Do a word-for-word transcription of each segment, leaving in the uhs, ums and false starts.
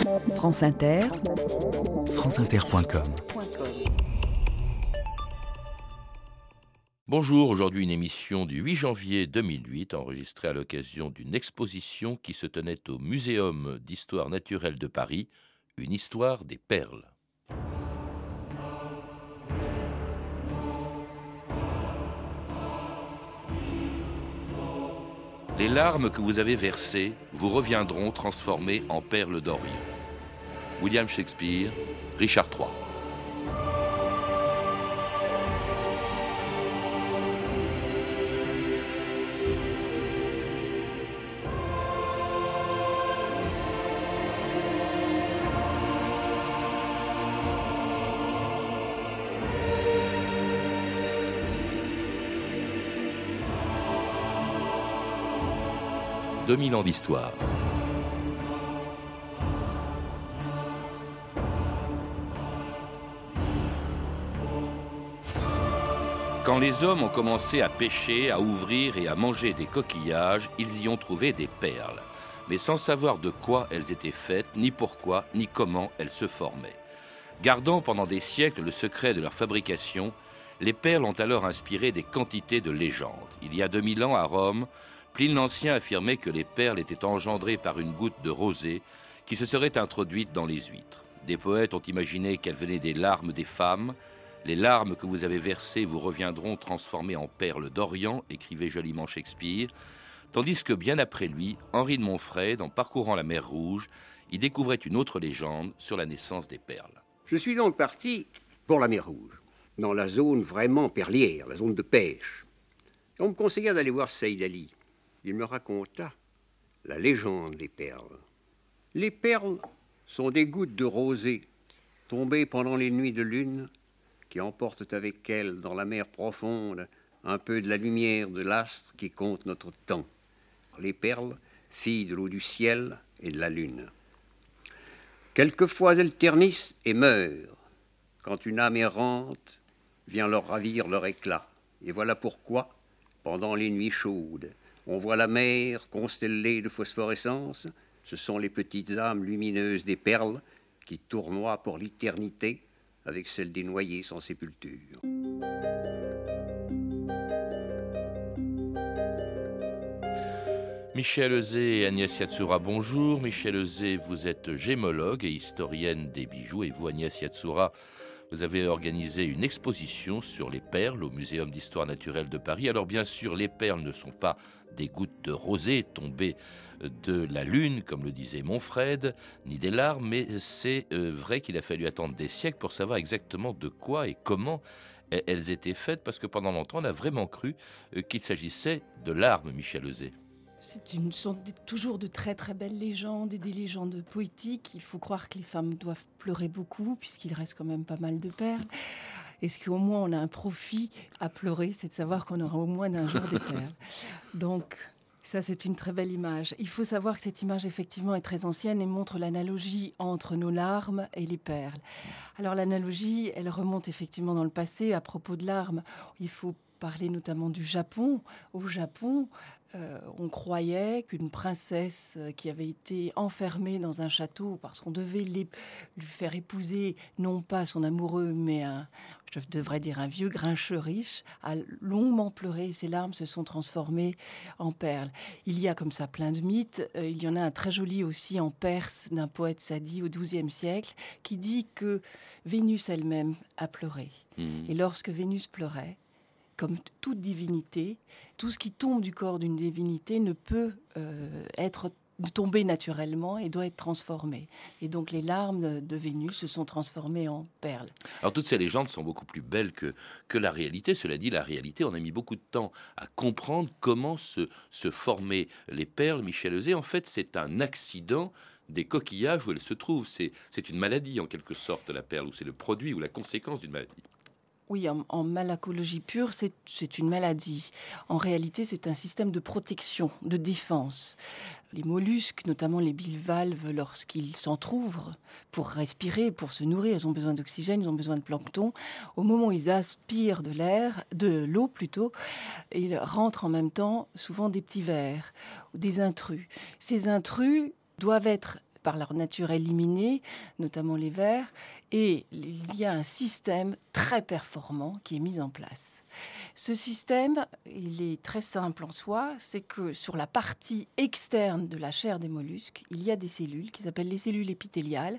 France Inter, franceinter point com. Bonjour, aujourd'hui une émission du huit janvier deux mille huit, enregistrée à l'occasion d'une exposition qui se tenait au Muséum d'histoire naturelle de Paris, une histoire des perles. Les larmes que vous avez versées vous reviendront transformées en perles d'Orient. William Shakespeare, Richard trois. deux mille ans d'histoire. Quand les hommes ont commencé à pêcher, à ouvrir et à manger des coquillages, ils y ont trouvé des perles, mais sans savoir de quoi elles étaient faites, ni pourquoi, ni comment elles se formaient. Gardant pendant des siècles le secret de leur fabrication, les perles ont alors inspiré des quantités de légendes. Il y a deux mille ans, à Rome, Pline l'Ancien affirmait que les perles étaient engendrées par une goutte de rosée qui se serait introduite dans les huîtres. Des poètes ont imaginé qu'elles venaient des larmes des femmes. Les larmes que vous avez versées vous reviendront transformées en perles d'Orient, écrivait joliment Shakespeare, tandis que bien après lui, Henri de Montfred, en parcourant la mer Rouge, y découvrait une autre légende sur la naissance des perles. Je suis donc parti pour la mer Rouge, dans la zone vraiment perlière, la zone de pêche. On me conseilla d'aller voir Saïd Ali. Il me raconta la légende des perles. Les perles sont des gouttes de rosée tombées pendant les nuits de lune qui emportent avec elles dans la mer profonde un peu de la lumière de l'astre qui compte notre temps. Les perles, filles de l'eau du ciel et de la lune. Quelquefois elles ternissent et meurent quand une âme errante vient leur ravir leur éclat. Et voilà pourquoi, pendant les nuits chaudes, on voit la mer constellée de phosphorescence. Ce sont les petites âmes lumineuses des perles qui tournoient pour l'éternité avec celles des noyés sans sépulture. Michel Euzet et Agnès Yatsura, bonjour. Michel Euzet, vous êtes gémologue et historienne des bijoux. Et vous, Agnès Yatsura, vous avez organisé une exposition sur les perles au Muséum d'histoire naturelle de Paris. Alors bien sûr, les perles ne sont pas des gouttes de rosée tombées de la lune, comme le disait Montfred, ni des larmes, mais c'est euh, vrai qu'il a fallu attendre des siècles pour savoir exactement de quoi et comment elles étaient faites, parce que pendant longtemps, on a vraiment cru euh, qu'il s'agissait de larmes, Michel Euzet. C'est une, sont des, toujours de très très belles légendes et des légendes poétiques. Il faut croire que les femmes doivent pleurer beaucoup puisqu'il reste quand même pas mal de perles. Est-ce qu'au moins on a un profit à pleurer, c'est de savoir qu'on aura au moins un jour des perles. Donc ça c'est une très belle image. Il faut savoir que cette image effectivement est très ancienne et montre l'analogie entre nos larmes et les perles. Alors l'analogie, elle remonte effectivement dans le passé. À propos de larmes, il faut parler notamment du Japon. Au Japon, Euh, on croyait qu'une princesse qui avait été enfermée dans un château parce qu'on devait lui faire épouser non pas son amoureux mais un, je devrais dire un vieux grincheux riche, a longuement pleuré et ses larmes se sont transformées en perles. Il y a comme ça plein de mythes. Euh, il y en a un très joli aussi en Perse d'un poète Sadi au douzième siècle qui dit que Vénus elle-même a pleuré. Mmh. Et lorsque Vénus pleurait, comme toute divinité, tout ce qui tombe du corps d'une divinité ne peut euh, être tomber naturellement et doit être transformé. Et donc les larmes de, de Vénus se sont transformées en perles. Alors toutes ces légendes sont beaucoup plus belles que, que la réalité. Cela dit, la réalité, on a mis beaucoup de temps à comprendre comment se, se formaient les perles. Michel Euzet, en fait, c'est un accident des coquillages où elles se trouvent. C'est, c'est une maladie en quelque sorte, la perle, ou c'est le produit ou la conséquence d'une maladie. Oui, en, en malacologie pure, c'est, c'est une maladie. En réalité, c'est un système de protection, de défense. Les mollusques, notamment les bivalves, lorsqu'ils s'entr'ouvrent pour respirer, pour se nourrir, ils ont besoin d'oxygène, ils ont besoin de plancton. Au moment où ils aspirent de l'air, de l'eau plutôt, ils rentrent en même temps souvent des petits vers, ou des intrus. Ces intrus doivent être par leur nature éliminés, notamment les vers, et il y a un système très performant qui est mis en place. Ce système, il est très simple en soi, c'est que sur la partie externe de la chair des mollusques, il y a des cellules qui s'appellent les cellules épithéliales,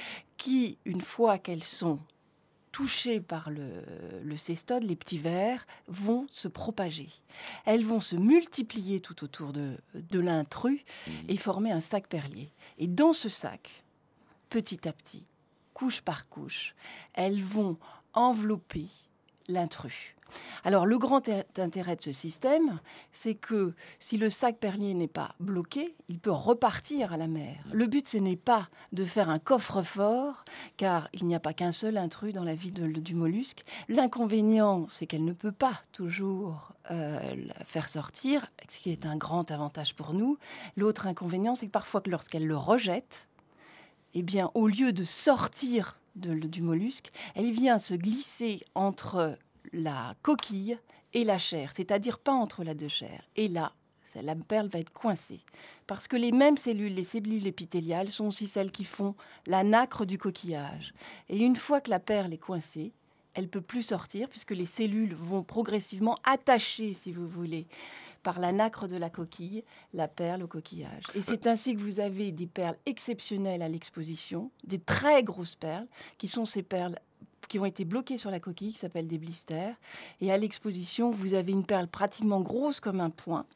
qui, une fois qu'elles sont touchées par le, le cestode, les petits vers, vont se propager. Elles vont se multiplier tout autour de, de l'intrus et former un sac perlier. Et dans ce sac, petit à petit, couche par couche, elles vont envelopper l'intrus. Alors, le grand intérêt de ce système, c'est que si le sac perlier n'est pas bloqué, il peut repartir à la mer. Le but, ce n'est pas de faire un coffre-fort, car il n'y a pas qu'un seul intrus dans la vie de, du mollusque. L'inconvénient, c'est qu'elle ne peut pas toujours euh, la faire sortir, ce qui est un grand avantage pour nous. L'autre inconvénient, c'est que parfois, que lorsqu'elle le rejette, eh bien, au lieu de sortir de, du mollusque, elle vient se glisser entre la coquille et la chair, c'est-à-dire pas entre la deux chairs. Et là, la perle va être coincée. Parce que les mêmes cellules, les cellules épithéliales, sont aussi celles qui font la nacre du coquillage. Et une fois que la perle est coincée, elle ne peut plus sortir, puisque les cellules vont progressivement attacher, si vous voulez, par la nacre de la coquille, la perle au coquillage. Et c'est ainsi que vous avez des perles exceptionnelles à l'exposition, des très grosses perles, qui sont ces perles qui ont été bloquées sur la coquille, qui s'appellent des blisters. Et à l'exposition, vous avez une perle pratiquement grosse comme un poing,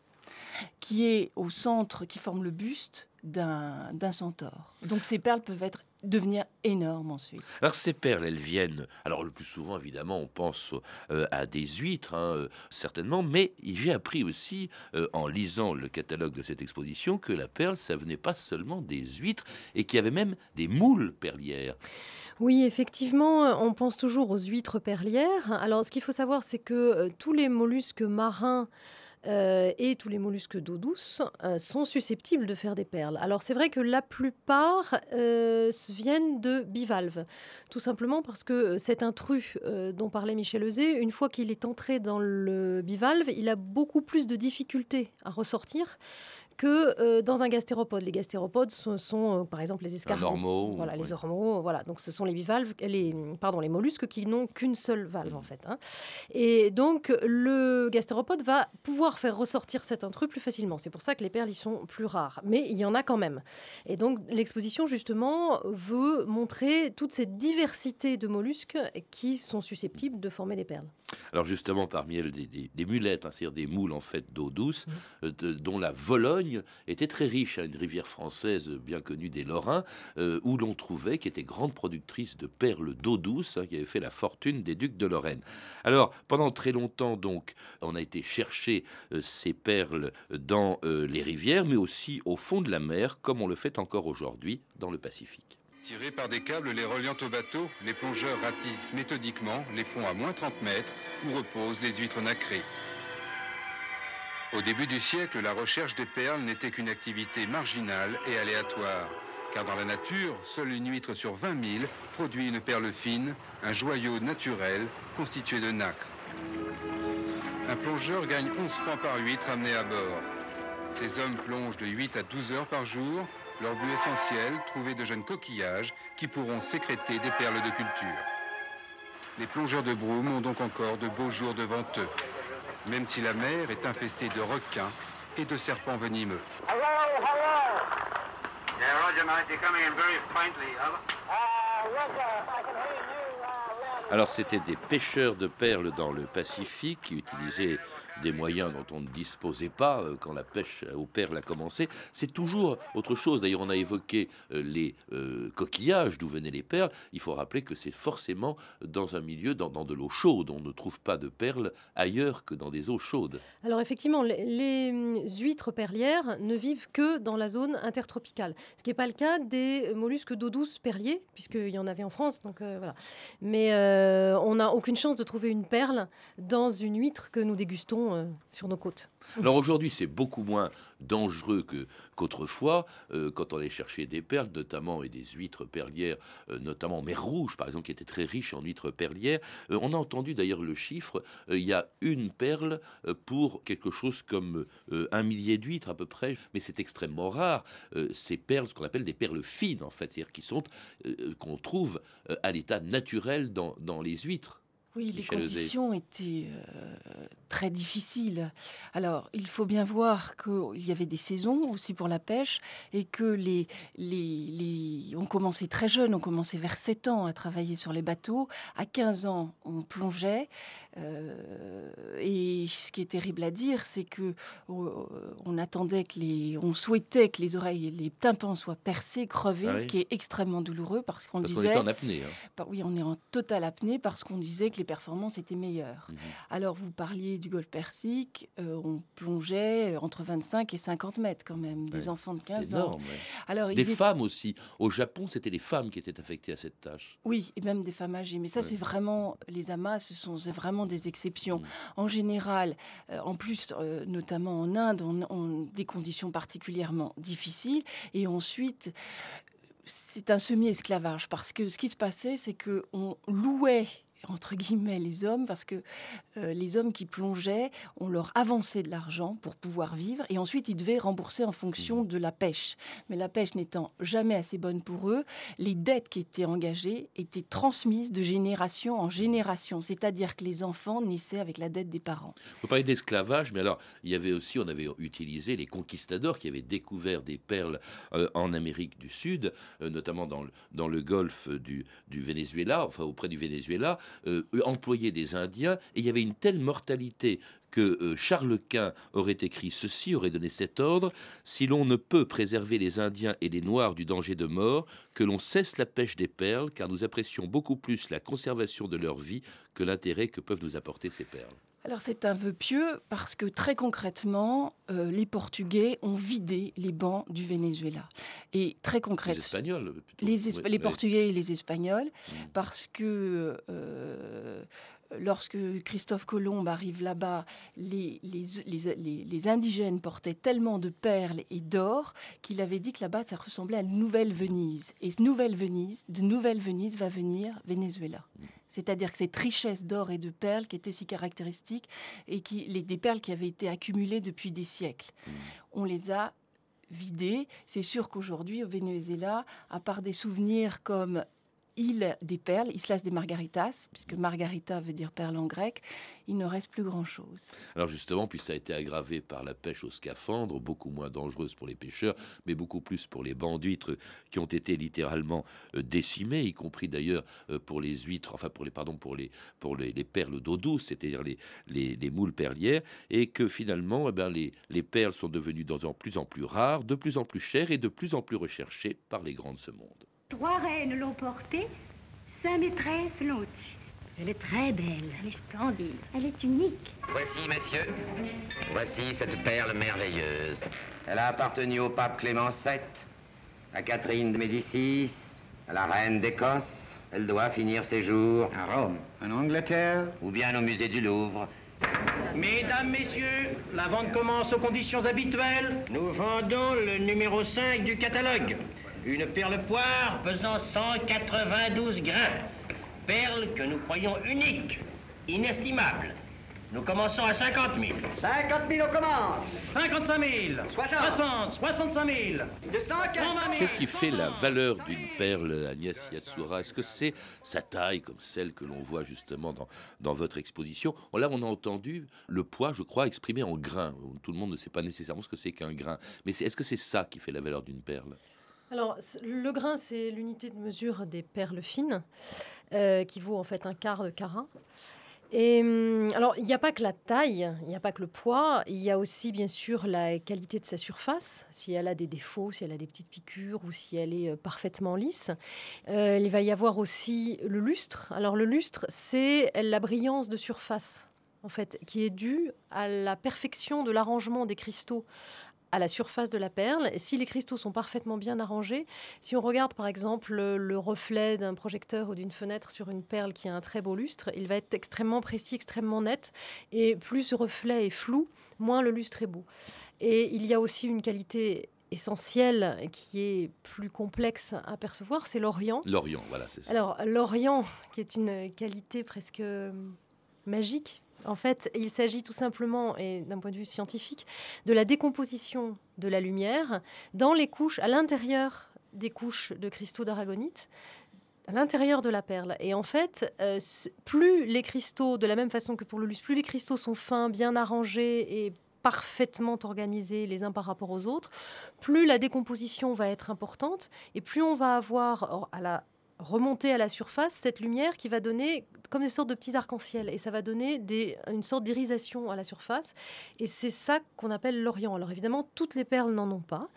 qui est au centre, qui forme le buste d'un, d'un centaure. Donc ces perles peuvent être, devenir énormes ensuite. Alors ces perles, elles viennent, alors le plus souvent évidemment on pense euh, à des huîtres, hein, euh, certainement, mais j'ai appris aussi euh, en lisant le catalogue de cette exposition que la perle, ça venait pas seulement des huîtres et qu'il y avait même des moules perlières. Oui, effectivement, on pense toujours aux huîtres perlières. Alors ce qu'il faut savoir, c'est que euh, tous les mollusques marins Euh, et tous les mollusques d'eau douce euh, sont susceptibles de faire des perles. Alors c'est vrai que la plupart euh, viennent de bivalves, tout simplement parce que cet intrus euh, dont parlait Michel Euzet, une fois qu'il est entré dans le bivalve, il a beaucoup plus de difficultés à ressortir que euh, dans un gastéropode. Les gastéropodes sont, sont euh, par exemple les escargots, ormeau, voilà, oui. les ormeaux, voilà. Donc ce sont les bivalves, les, pardon, les mollusques qui n'ont qu'une seule valve en fait. Hein. Et donc le gastéropode va pouvoir faire ressortir cet intrus plus facilement. C'est pour ça que les perles y sont plus rares, mais il y en a quand même. Et donc l'exposition justement veut montrer toute cette diversité de mollusques qui sont susceptibles de former des perles. Alors justement, parmi elles, des, des, des mulettes, hein, c'est-à-dire des moules en fait d'eau douce, mmh. euh, de, dont la Vologne était très riche, hein, une rivière française bien connue des Lorrains, euh, où l'on trouvait, qui était grande productrice de perles d'eau douce, hein, qui avait fait la fortune des ducs de Lorraine. Alors, pendant très longtemps, donc, on a été chercher euh, ces perles dans euh, les rivières, mais aussi au fond de la mer, comme on le fait encore aujourd'hui dans le Pacifique. Tirés par des câbles les reliant au bateau, les plongeurs ratissent méthodiquement les fonds à moins trente mètres où reposent les huîtres nacrées. Au début du siècle, la recherche des perles n'était qu'une activité marginale et aléatoire, car dans la nature, seule une huître sur vingt mille produit une perle fine, un joyau naturel constitué de nacre. Un plongeur gagne onze francs par huître amené à bord. Ces hommes plongent de huit à douze heures par jour. Leur but essentiel, trouver de jeunes coquillages qui pourront sécréter des perles de culture. Les plongeurs de Broome ont donc encore de beaux jours devant eux, même si la mer est infestée de requins et de serpents venimeux. Hello, hello. Yeah, Roger, mate, you're coming in very faintly, over. Uh, Roger, I can hear you. Uh, Alors c'était des pêcheurs de perles dans le Pacifique qui utilisaient des moyens dont on ne disposait pas euh, quand la pêche aux perles a commencé. C'est toujours autre chose. D'ailleurs, on a évoqué euh, les euh, coquillages, d'où venaient les perles. Il faut rappeler que c'est forcément dans un milieu, dans, dans de l'eau chaude. On ne trouve pas de perles ailleurs que dans des eaux chaudes. Alors effectivement, les, les huîtres perlières ne vivent que dans la zone intertropicale, ce qui n'est pas le cas des mollusques d'eau douce perliers, puisqu'il y en avait en France. Donc, euh, voilà. Mais euh, on n'a aucune chance de trouver une perle dans une huître que nous dégustons poissons euh, sur nos côtes. Alors aujourd'hui, c'est beaucoup moins dangereux que, qu'autrefois, euh, quand on allait chercher des perles, notamment, et des huîtres perlières, euh, notamment en mer Rouge, par exemple, qui était très riche en huîtres perlières. Euh, on a entendu d'ailleurs le chiffre, euh, il y a une perle euh, pour quelque chose comme euh, un millier d'huîtres à peu près, mais c'est extrêmement rare. Euh, ces perles, ce qu'on appelle des perles fines, en fait, c'est-à-dire qui sont, euh, qu'on trouve euh, à l'état naturel dans, dans les huîtres. Oui, les Michel Euzet. conditions étaient euh, très difficiles. Alors, il faut bien voir qu'il y avait des saisons aussi pour la pêche et que les, les, les... on commençait très jeune, on commençait vers sept ans à travailler sur les bateaux. À quinze ans, on plongeait. Euh, et ce qui est terrible à dire, c'est que euh, on attendait que les, on souhaitait que les oreilles et les tympans soient percés, crevés, Ah oui. ce qui est extrêmement douloureux parce qu'on Parce qu'on disait... était en apnée. Hein. Bah oui, on est en totale apnée parce qu'on disait que les performances étaient meilleures. Mhm. Alors, vous parliez du golfe Persique, euh, on plongeait entre vingt-cinq et cinquante mètres quand même, des Ouais, enfants de C'est quinze ans. énorme. Ouais. Alors, Des ils étaient- femmes aussi. Au Japon, c'était les femmes qui étaient affectées à cette tâche. Oui, et même des femmes âgées. Mais ça, Ouais. c'est vraiment, les amas, ce sont c'est vraiment des exceptions. Mhm. En général, euh, en plus, euh, notamment en Inde, on, on des conditions particulièrement difficiles. Et ensuite, c'est un semi-esclavage parce que ce qui se passait, c'est qu'on louait entre guillemets les hommes parce que euh, les hommes qui plongeaient, on leur avançait de l'argent pour pouvoir vivre et ensuite ils devaient rembourser en fonction de la pêche. Mais la pêche n'étant jamais assez bonne pour eux, les dettes qui étaient engagées étaient transmises de génération en génération, c'est-à-dire que les enfants naissaient avec la dette des parents. Vous parlez d'esclavage, mais alors, il y avait aussi, on avait utilisé les conquistadors qui avaient découvert des perles euh, en Amérique du Sud, euh, notamment dans le, dans le golfe du, du Venezuela, enfin auprès du Venezuela, euh, employaient des Indiens, et il y avait une telle mortalité que euh, Charles Quint aurait écrit ceci, aurait donné cet ordre: si l'on ne peut préserver les Indiens et les Noirs du danger de mort, que l'on cesse la pêche des perles, car nous apprécions beaucoup plus la conservation de leur vie que l'intérêt que peuvent nous apporter ces perles. Alors c'est un vœu pieux parce que très concrètement, euh, les Portugais ont vidé les bancs du Venezuela. Et très Les concrètement, Espagnols, plutôt. les, Espa- Oui, les oui. Portugais et les Espagnols, Mm. parce que euh, lorsque Christophe Colomb arrive là-bas, les, les, les, les- les indigènes portaient tellement de perles et d'or qu'il avait dit que là-bas, ça ressemblait à une Nouvelle-Venise. Et Nouvelle-Venise, de Nouvelle-Venise va venir Venezuela. C'est-à-dire que cette richesse d'or et de perles qui était si caractéristique et qui, les, des perles qui avaient été accumulées depuis des siècles. On les a vidées. C'est sûr qu'aujourd'hui, au Venezuela, à part des souvenirs comme île des perles, Islas de Margaritas, puisque Margarita veut dire perle en grec, il ne reste plus grand-chose. Alors justement, puis ça a été aggravé par la pêche au scaphandre, beaucoup moins dangereuse pour les pêcheurs, mais beaucoup plus pour les bancs d'huîtres qui ont été littéralement euh, décimés, y compris d'ailleurs euh, pour les huîtres, enfin pour les pardon pour les pour les, les perles d'eau douce, c'est-à-dire les, les les moules perlières, et que finalement, eh ben, les les perles sont devenues de plus en plus rares, de plus en plus chères et de plus en plus recherchées par les grands de ce monde. Trois reines l'ont portée, cinq maîtresses l'ont eue. Elle est très belle. Elle est splendide. Elle est unique. Voici, messieurs, voici cette perle merveilleuse. Elle a appartenu au pape Clément sept, à Catherine de Médicis, à la reine d'Écosse. Elle doit finir ses jours À Rome, en Angleterre. ou bien au musée du Louvre. Mesdames, messieurs, la vente commence aux conditions habituelles. Nous vendons le numéro cinq du catalogue. Une perle poire pesant cent quatre-vingt-douze grains. Perle que nous croyons unique, inestimable. Nous commençons à cinquante mille. cinquante mille, on commence. cinquante-cinq mille. soixante. soixante, soixante-cinq mille. deux cents, cent vingt mille. Qu'est-ce qui fait la valeur d'une perle, Agnès Yatsura? Est-ce que c'est sa taille, comme celle que l'on voit justement dans, dans votre exposition? Là, on a entendu le poids, je crois, exprimé en grains. Tout le monde ne sait pas nécessairement ce que c'est qu'un grain. Mais c'est- est-ce que c'est ça qui fait la valeur d'une perle? Alors, c- le grain, c'est l'unité de mesure des perles fines, euh, qui vaut en fait un quart de carat. Et hum, alors, il n'y a pas que la taille, il n'y a pas que le poids, il y a aussi bien sûr la qualité de sa surface, si elle a des défauts, si elle a des petites piqûres ou si elle est euh, parfaitement lisse. Euh, il va y avoir aussi le lustre. Alors, le lustre, c'est la brillance de surface, en fait, qui est due à la perfection de l'arrangement des cristaux à la surface de la perle. Si les cristaux sont parfaitement bien arrangés, si on regarde par exemple le, le reflet d'un projecteur ou d'une fenêtre sur une perle qui a un très beau lustre, il va être extrêmement précis, extrêmement net. Et plus ce reflet est flou, moins le lustre est beau. Et il y a aussi une qualité essentielle qui est plus complexe à percevoir, c'est l'Orient. L'Orient, voilà, c'est ça. Alors, l'Orient, qui est une qualité presque magique, en fait, il s'agit tout simplement, et d'un point de vue scientifique, de la décomposition de la lumière dans les couches, à l'intérieur des couches de cristaux d'aragonite, à l'intérieur de la perle. Et en fait, euh, plus les cristaux, de la même façon que pour le lustre, plus les cristaux sont fins, bien arrangés et parfaitement organisés les uns par rapport aux autres, plus la décomposition va être importante et plus on va avoir à la remonter à la surface cette lumière qui va donner comme des sortes de petits arcs-en-ciel et ça va donner des, une sorte d'irisation à la surface et c'est ça qu'on appelle l'Orient. Alors évidemment, toutes les perles n'en ont pas.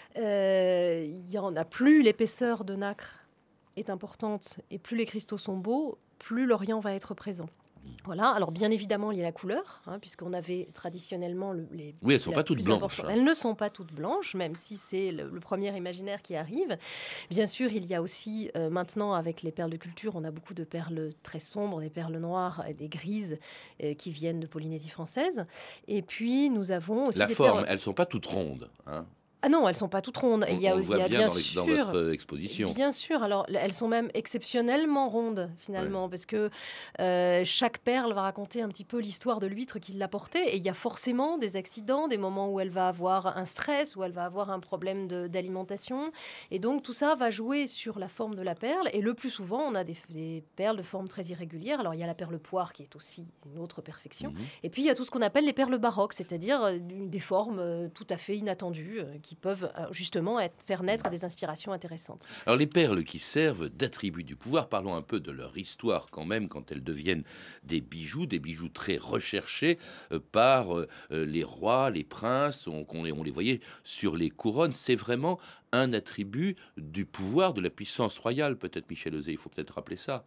Euh, il y en a plus, l'épaisseur de nacre est importante et plus les cristaux sont beaux, plus l'Orient va être présent. Voilà, alors bien évidemment, il y a la couleur, hein, puisqu'on avait traditionnellement le, les... Oui, elles ne sont pas toutes blanches. Hein. Elles ne sont pas toutes blanches, même si c'est le, le premier imaginaire qui arrive. Bien sûr, il y a aussi, euh, maintenant, avec les perles de culture, on a beaucoup de perles très sombres, des perles noires et des grises euh, qui viennent de Polynésie française. Et puis, nous avons aussi la des forme, perles... elles ne sont pas toutes rondes, hein. Ah non, elles ne sont pas toutes rondes. On, il y a, on le il voit y a bien, bien dans, les, sûr, dans votre exposition. Bien sûr. Alors, elles sont même exceptionnellement rondes, finalement, ouais. Parce que euh, chaque perle va raconter un petit peu l'histoire de l'huître qui l'a portée. Et il y a forcément des accidents, des moments où elle va avoir un stress, où elle va avoir un problème de, d'alimentation. Et donc, tout ça va jouer sur la forme de la perle. Et le plus souvent, on a des, des perles de forme très irrégulière. Alors, il y a la perle poire, qui est aussi une autre perfection. Mmh. Et puis, il y a tout ce qu'on appelle les perles baroques, c'est-à-dire des formes tout à fait inattendues, qui peuvent justement Être, faire naître des inspirations intéressantes. Alors les perles qui servent d'attributs du pouvoir, parlons un peu de leur histoire quand même, quand elles deviennent des bijoux, des bijoux très recherchés euh, par euh, les rois, les princes, on, on, les, on les voyait sur les couronnes. C'est vraiment un attribut du pouvoir, de la puissance royale, peut-être Michel Euzet, il faut peut-être rappeler ça,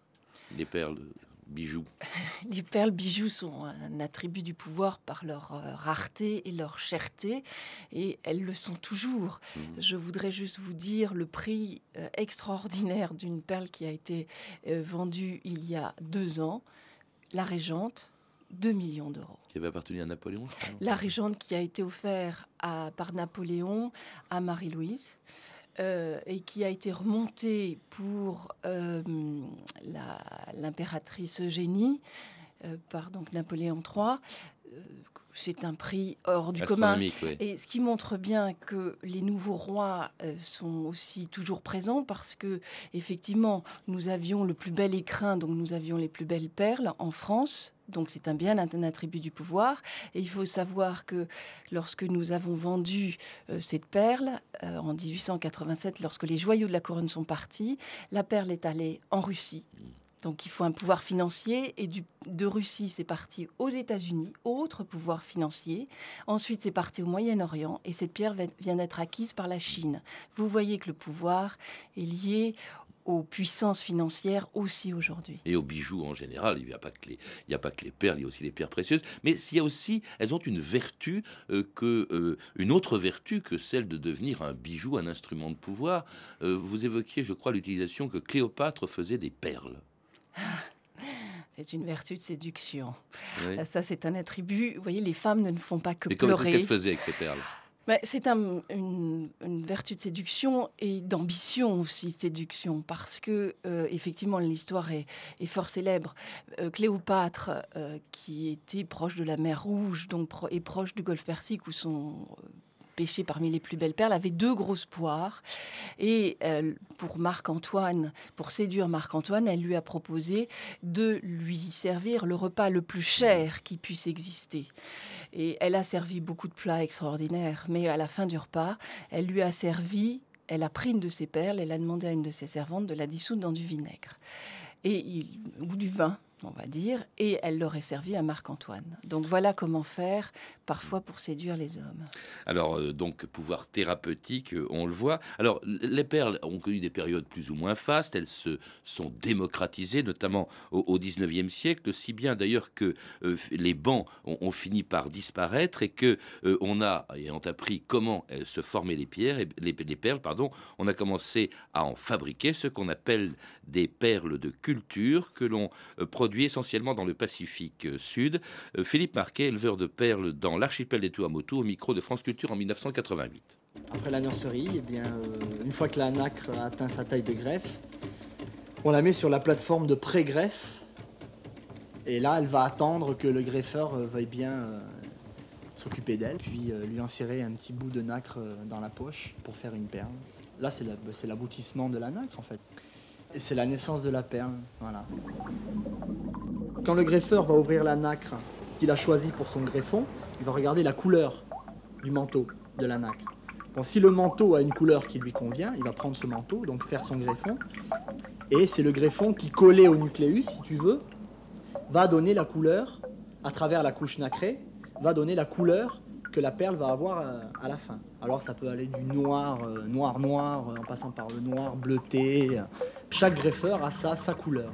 les perles... bijoux. Les perles bijoux sont un attribut du pouvoir par leur euh, rareté et leur cherté, et elles le sont toujours. Mmh. Je voudrais juste vous dire le prix euh, extraordinaire d'une perle qui a été euh, vendue il y a deux ans, la Régente, deux millions d'euros. Qui avait appartenu à Napoléon, je crois. La Régente qui a été offerte à, par Napoléon à Marie-Louise. Euh, et qui a été remontée pour euh, la, l'impératrice Eugénie euh, par donc Napoléon trois. Euh, c'est un prix hors du commun. Oui. Et ce qui montre bien que les nouveaux rois euh, sont aussi toujours présents parce que, effectivement, nous avions le plus bel écrin, donc nous avions les plus belles perles en France. Donc c'est un bien un, un attribut du pouvoir. Et il faut savoir que lorsque nous avons vendu euh, cette perle, euh, en dix-huit cent quatre-vingt-sept, lorsque les joyaux de la couronne sont partis, la perle est allée en Russie. Donc il faut un pouvoir financier. Et du, de Russie, c'est parti aux États-Unis, autre pouvoir financier. Ensuite, c'est parti au Moyen-Orient. Et cette pierre vient d'être acquise par la Chine. Vous voyez que le pouvoir est lié aux puissances financières aussi aujourd'hui. Et aux bijoux en général, il n'y a pas que les, il n'y a pas que les perles, il y a aussi les pierres précieuses. Mais s'il y a aussi, elles ont une vertu, euh, que, euh, une autre vertu que celle de devenir un bijou, un instrument de pouvoir. Euh, vous évoquiez, je crois, l'utilisation que Cléopâtre faisait des perles. C'est une vertu de séduction. Oui. Ça, c'est un attribut. Vous voyez, les femmes ne font pas que Mais pleurer. comment est-ce qu'elles faisaient avec ces perles ? Mais c'est un, une, une vertu de séduction et d'ambition aussi, séduction, parce que, euh, effectivement, l'histoire est, est fort célèbre. Euh, Cléopâtre, euh, qui était proche de la mer Rouge, donc pro- et proche du golfe Persique, où sont euh, pêchées parmi les plus belles perles, avait deux grosses poires. Et euh, pour Marc-Antoine, pour séduire Marc-Antoine, elle lui a proposé de lui servir le repas le plus cher qui puisse exister. Et elle a servi beaucoup de plats extraordinaires, mais à la fin du repas, elle lui a servi, elle a pris une de ses perles, elle a demandé à une de ses servantes de la dissoudre dans du vinaigre et il, ou du vin. on va dire, et elle l'aurait servi à Marc-Antoine. Donc voilà comment faire, parfois pour séduire les hommes. Alors, euh, donc, pouvoir thérapeutique, euh, on le voit. Alors, les perles ont connu des périodes plus ou moins fastes, elles se sont démocratisées, notamment au, au dix-neuvième siècle, si bien d'ailleurs que euh, les bancs ont, ont fini par disparaître et que euh, on a, et on a appris comment euh, se formaient les pierres, et les, les perles, pardon, on a commencé à en fabriquer ce qu'on appelle des perles de culture que l'on euh, produit essentiellement dans le Pacifique euh, Sud. Euh, Philippe Marquet, éleveur de perles dans l'archipel des Tuamotu, au micro de France Culture en dix-neuf cent quatre-vingt-huit. Après la nurserie, eh bien, euh, une fois que la nacre a atteint sa taille de greffe, on la met sur la plateforme de pré-greffe. Et là, elle va attendre que le greffeur euh, veuille bien euh, s'occuper d'elle, puis euh, lui insérer un petit bout de nacre euh, dans la poche pour faire une perle. Là, c'est, la, c'est l'aboutissement de la nacre, en fait. Et c'est la naissance de la perle, voilà. Quand le greffeur va ouvrir la nacre qu'il a choisie pour son greffon, il va regarder la couleur du manteau de la nacre. Bon, si le manteau a une couleur qui lui convient, il va prendre ce manteau, donc faire son greffon. Et c'est le greffon qui, collé au nucléus, si tu veux, va donner la couleur, à travers la couche nacrée, va donner la couleur que la perle va avoir à la fin. Alors ça peut aller du noir, euh, noir, noir, euh, en passant par le noir bleuté. Chaque greffeur a ça, sa couleur.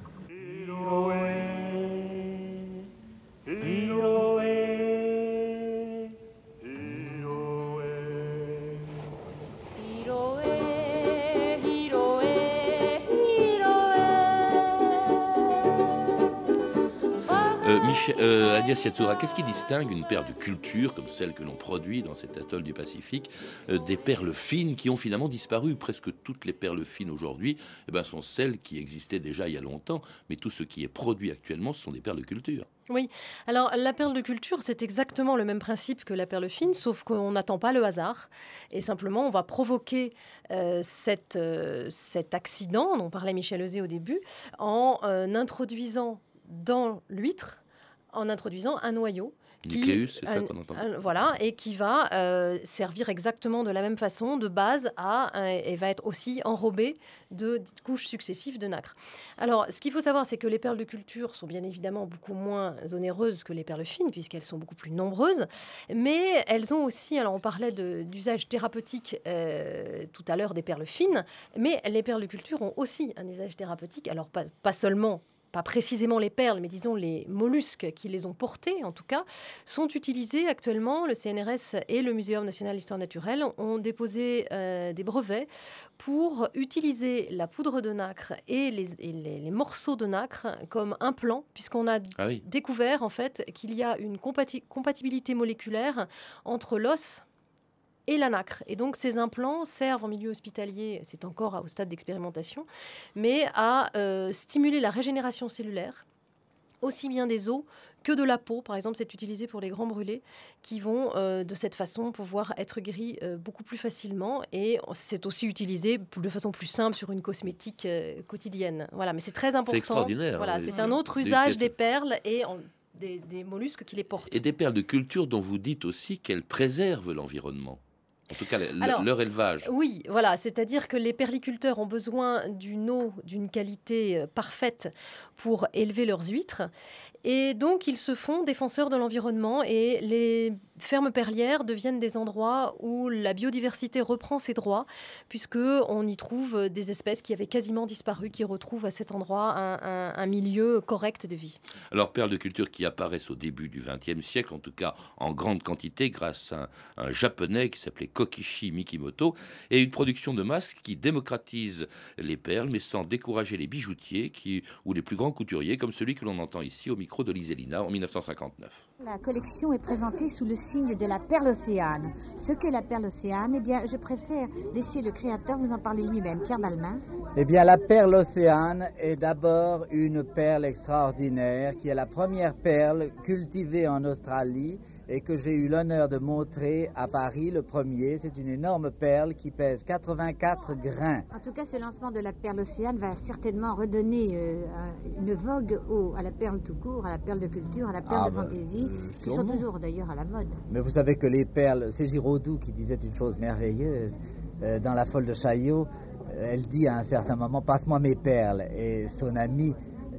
Michel, euh, Agnès Yatsura, qu'est-ce qui distingue une perle de culture comme celle que l'on produit dans cet atoll du Pacifique euh, des perles fines qui ont finalement disparu? Presque toutes les perles fines aujourd'hui eh ben, sont celles qui existaient déjà il y a longtemps, mais tout ce qui est produit actuellement, ce sont des perles de culture. Oui, alors la perle de culture, c'est exactement le même principe que la perle fine, sauf qu'on n'attend pas le hasard. Et simplement, on va provoquer euh, cette, euh, cet accident dont parlait Michel Euzet au début, en euh, introduisant dans l'huître, en introduisant un noyau. Nucléus, c'est ça qu'on entend. Un, voilà, et qui va euh, servir exactement de la même façon, de base à, euh, et va être aussi enrobé de, de couches successives de nacre. Alors, ce qu'il faut savoir, c'est que les perles de culture sont bien évidemment beaucoup moins onéreuses que les perles fines, puisqu'elles sont beaucoup plus nombreuses, mais elles ont aussi, alors on parlait de, d'usage thérapeutique euh, tout à l'heure des perles fines, mais les perles de culture ont aussi un usage thérapeutique, alors pas, pas seulement pas précisément les perles, mais disons les mollusques qui les ont portés, en tout cas, sont utilisés actuellement. Le C N R S et le Muséum national d'histoire naturelle ont déposé euh, des brevets pour utiliser la poudre de nacre et les, et les, les morceaux de nacre comme implant, puisqu'on a ah oui. découvert en fait qu'il y a une compati- compatibilité moléculaire entre l'os et la nacre. Et donc, ces implants servent en milieu hospitalier, c'est encore au stade d'expérimentation, mais à euh, stimuler la régénération cellulaire, aussi bien des os que de la peau. Par exemple, c'est utilisé pour les grands brûlés qui vont, euh, de cette façon, pouvoir être guéris euh, beaucoup plus facilement. Et c'est aussi utilisé de façon plus simple sur une cosmétique euh, quotidienne. Voilà, mais c'est très important. C'est extraordinaire. Voilà, c'est un autre usage des perles et... En, Des, des mollusques qui les portent. Et des perles de culture dont vous dites aussi qu'elles préservent l'environnement. En tout cas, l- Alors, leur élevage. Oui, voilà. C'est-à-dire que les perliculteurs ont besoin d'une eau d'une qualité parfaite pour élever leurs huîtres. Et donc, ils se font défenseurs de l'environnement et les fermes perlières deviennent des endroits où la biodiversité reprend ses droits, puisqu'on y trouve des espèces qui avaient quasiment disparu, qui retrouvent à cet endroit un, un, un milieu correct de vie. Alors, perles de culture qui apparaissent au début du vingtième siècle, en tout cas en grande quantité, grâce à un, un japonais qui s'appelait Kokichi Mikimoto, et une production de masse qui démocratise les perles, mais sans décourager les bijoutiers qui, ou les plus grands couturiers, comme celui que l'on entend ici au micro de Liselina en dix-neuf cent cinquante-neuf. La collection est présentée sous le signe de la perle océane. Ce qu'est la perle océane, eh bien, je préfère laisser le créateur vous en parler lui-même. Pierre Balmain. Eh bien, la perle océane est d'abord une perle extraordinaire qui est la première perle cultivée en Australie et que j'ai eu l'honneur de montrer à Paris le premier. C'est une énorme perle qui pèse quatre-vingt-quatre grains. En tout cas, ce lancement de la perle océane va certainement redonner euh, une vogue au, à la perle tout court, à la perle de culture, à la perle ah de ben, fantaisie, euh, qui sont toujours d'ailleurs à la mode. Mais vous savez que les perles, c'est Giraudoux qui disait une chose merveilleuse. Euh, dans La Folle de Chaillot, euh, elle dit à un certain moment « Passe-moi mes perles ». Et son ami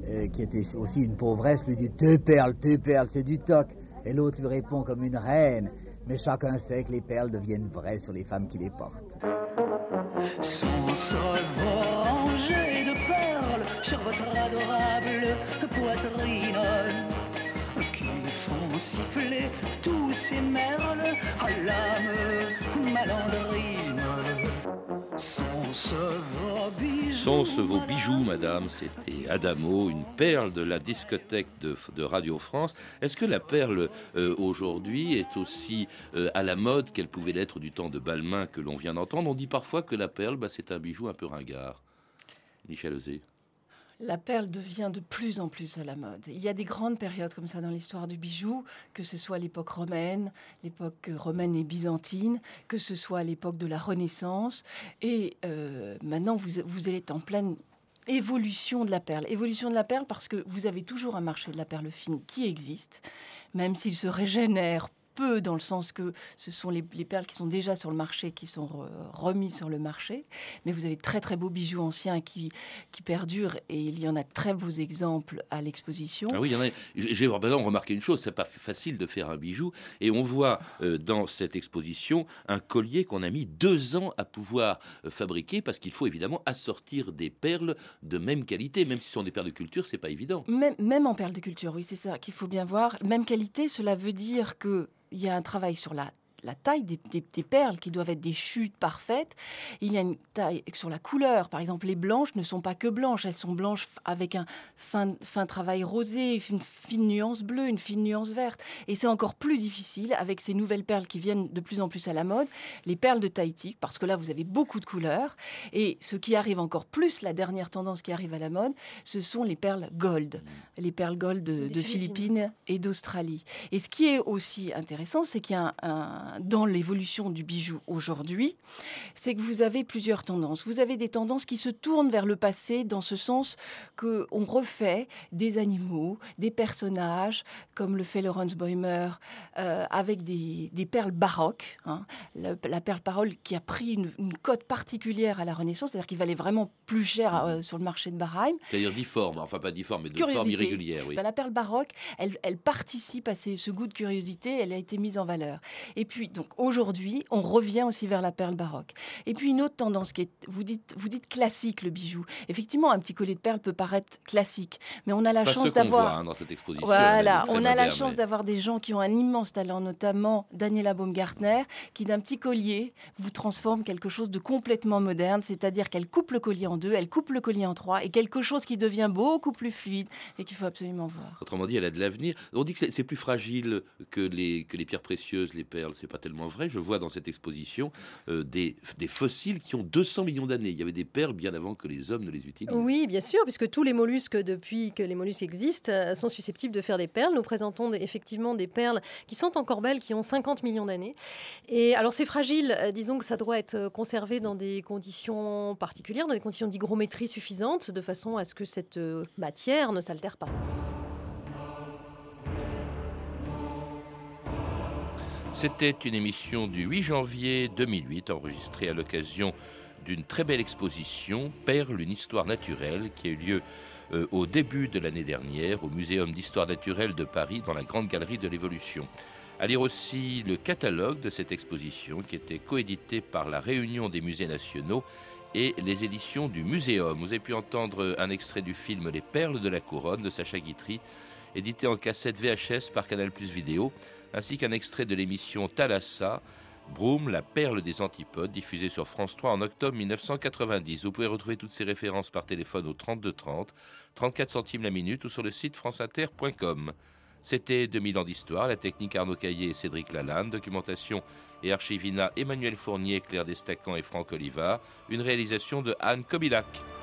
euh, qui était aussi une pauvresse, lui dit « Tes perles, tes perles, c'est du toc ». Et l'autre lui répond comme une reine. Mais chacun sait que les perles deviennent vraies sur les femmes qui les portent. Sans se ranger de perles sur votre adorable poitrine, qui font siffler tous ces merles à l'âme malandrine. Sont-ce vos bijoux, Sont-ce vos bijoux, madame? C'était Adamo, une perle de la discothèque de, de Radio France. Est-ce que la perle, euh, aujourd'hui, est aussi euh, à la mode qu'elle pouvait l'être du temps de Balmain que l'on vient d'entendre? On dit parfois que la perle, bah, c'est un bijou un peu ringard. Michel Euzet. La perle devient de plus en plus à la mode. Il y a des grandes périodes comme ça dans l'histoire du bijou, que ce soit l'époque romaine, l'époque romaine et byzantine, que ce soit l'époque de la Renaissance. Et euh, maintenant, vous, vous êtes en pleine évolution de la perle. Évolution de la perle parce que vous avez toujours un marché de la perle fine qui existe, même s'il se régénère peu, dans le sens que ce sont les, les perles qui sont déjà sur le marché qui sont re, remises sur le marché, mais vous avez très très beaux bijoux anciens qui, qui perdurent, et il y en a très beaux exemples à l'exposition. Ah oui, il y en a. J'ai par exemple remarqué une chose, c'est pas facile de faire un bijou, et on voit euh, dans cette exposition un collier qu'on a mis deux ans à pouvoir euh, fabriquer, parce qu'il faut évidemment assortir des perles de même qualité, même si ce sont des perles de culture, c'est pas évident. Même, même en perles de culture, oui, c'est ça qu'il faut bien voir. Même qualité, cela veut dire que il y a un travail sur la, la taille des, des, des perles qui doivent être des chutes parfaites. Il y a une taille sur la couleur. Par exemple, les blanches ne sont pas que blanches. Elles sont blanches avec un fin, fin travail rosé, une fine nuance bleue, une fine nuance verte. Et c'est encore plus difficile avec ces nouvelles perles qui viennent de plus en plus à la mode, les perles de Tahiti, parce que là, vous avez beaucoup de couleurs. Et ce qui arrive encore plus, la dernière tendance qui arrive à la mode, ce sont les perles gold. Les perles gold de, de Philippines et d'Australie. Et ce qui est aussi intéressant, c'est qu'il y a un, un, dans l'évolution du bijou aujourd'hui, c'est que vous avez plusieurs tendances. Vous avez des tendances qui se tournent vers le passé, dans ce sens qu'on refait des animaux, des personnages, comme le fait Laurence Boimer, euh, avec des, des perles baroques. Hein. La, la perle parole qui a pris une, une cote particulière à la Renaissance, c'est-à-dire qu'il valait vraiment plus cher euh, sur le marché de Baraïm. C'est-à-dire difforme, enfin pas difforme, mais de forme irrégulière. Oui. Ben, la perle baroque, elle, elle participe à ces, ce goût de curiosité, elle a été mise en valeur. Et puis, donc aujourd'hui, on revient aussi vers la perle baroque. Et puis une autre tendance qui est, vous dites, vous dites classique, le bijou. Effectivement, un petit collier de perles peut paraître classique, mais on a la pas chance ce qu'on d'avoir... voit, hein, dans cette exposition. Voilà, on a moderne, la chance mais... d'avoir des gens qui ont un immense talent, notamment Daniela Baumgartner, qui d'un petit collier vous transforme quelque chose de complètement moderne, c'est-à-dire qu'elle coupe le collier en deux, elle coupe le collier en trois, et quelque chose qui devient beaucoup plus fluide et qu'il faut absolument voir. Autrement dit, elle a de l'avenir. On dit que c'est plus fragile que les, que les pierres précieuses, les perles. C'est pas tellement vrai. Je vois dans cette exposition euh, des, des fossiles qui ont deux cents millions d'années. Il y avait des perles bien avant que les hommes ne les utilisent. Oui, bien sûr, puisque tous les mollusques, depuis que les mollusques existent, euh, sont susceptibles de faire des perles. Nous présentons des, effectivement des perles qui sont encore belles, qui ont cinquante millions d'années. Et alors c'est fragile, euh, disons que ça doit être conservé dans des conditions particulières, dans des conditions d'hygrométrie suffisantes, de façon à ce que cette euh, matière ne s'altère pas. C'était une émission du huit janvier deux mille huit, enregistrée à l'occasion d'une très belle exposition, Perles, une histoire naturelle, qui a eu lieu euh, au début de l'année dernière au Muséum d'histoire naturelle de Paris, dans la Grande Galerie de l'Évolution. À lire aussi le catalogue de cette exposition, qui était coédité par la Réunion des musées nationaux et les éditions du Muséum. Vous avez pu entendre un extrait du film Les Perles de la Couronne de Sacha Guitry, édité en cassette V H S par Canal Plus Vidéo, ainsi qu'un extrait de l'émission Thalassa, Broom, la perle des antipodes, diffusée sur France trois en octobre mille neuf cent quatre-vingt-dix. Vous pouvez retrouver toutes ces références par téléphone au trente-deux trente, trente-quatre centimes la minute ou sur le site franceinter point com. C'était deux mille ans d'histoire, la technique Arnaud Caillé et Cédric Lalanne, documentation et archivina Emmanuel Fournier, Claire Destacan et Franck Olivard, une réalisation de Anne Kobilac.